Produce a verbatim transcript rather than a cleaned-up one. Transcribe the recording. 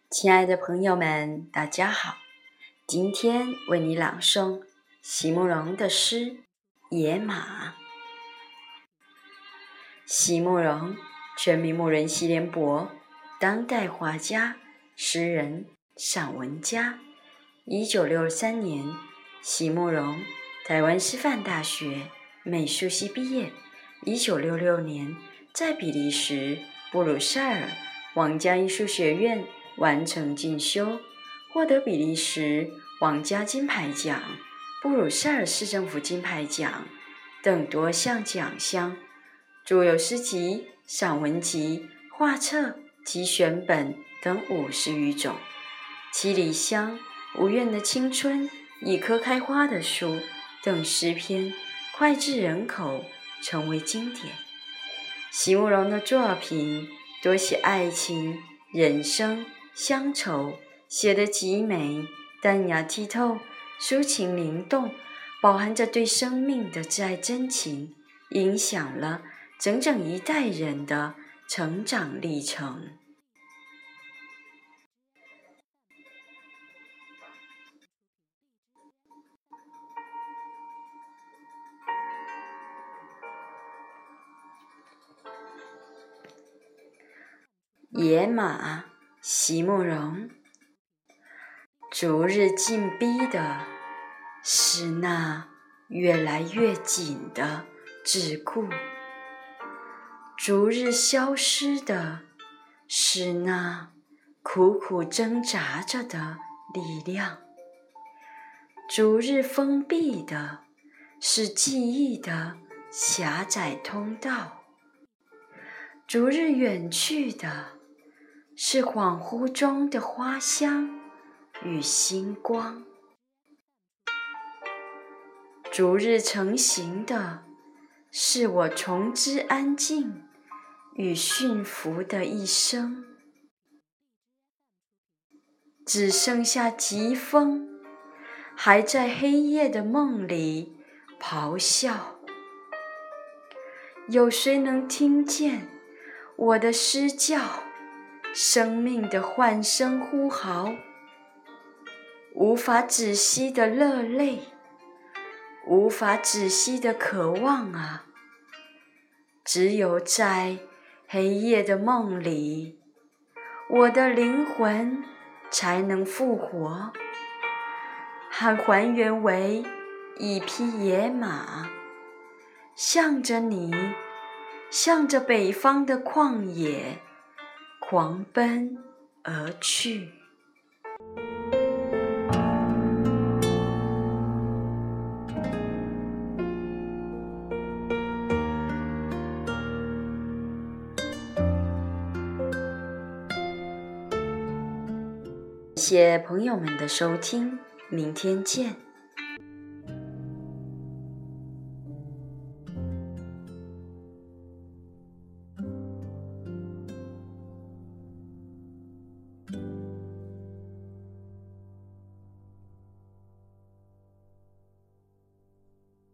亲爱的朋友们，大家好，今天为你朗诵席慕容的诗《野马》。席慕容，全名慕人席联博，当代画家、诗人、散文家。一九六三年，席慕容台湾师范大学美术系毕业。一九六六年，在比利时布鲁塞尔皇家艺术学院完成进修，获得比利时皇家金牌奖、布鲁塞尔市政府金牌奖等多项奖项，著有诗集、散文集、画册及选本等五十余种。七里香、无怨的青春、一棵开花的树等诗篇脍炙人口，成为经典。席慕容的作品多写爱情、人生、乡愁，写得极美，淡雅剔透，抒情灵动，饱含着对生命的挚爱真情，影响了整整一代人的成长历程。野马，席慕容。逐日紧逼的是那越来越紧的桎梏，逐日消失的是那苦苦挣扎着的力量，逐日封闭的是记忆的狭窄通道，逐日远去的是恍惚中的花香与星光，逐日成形的是我重知安静与驯服的一生，只剩下疾风还在黑夜的梦里咆哮。有谁能听见我的诗叫，生命的唤声呼号？无法止息的热泪，无法止息的渴望啊！只有在黑夜的梦里，我的灵魂才能复活，还还原为一匹野马，向着你，向着北方的旷野狂奔而去。谢谢朋友们的收听，明天见。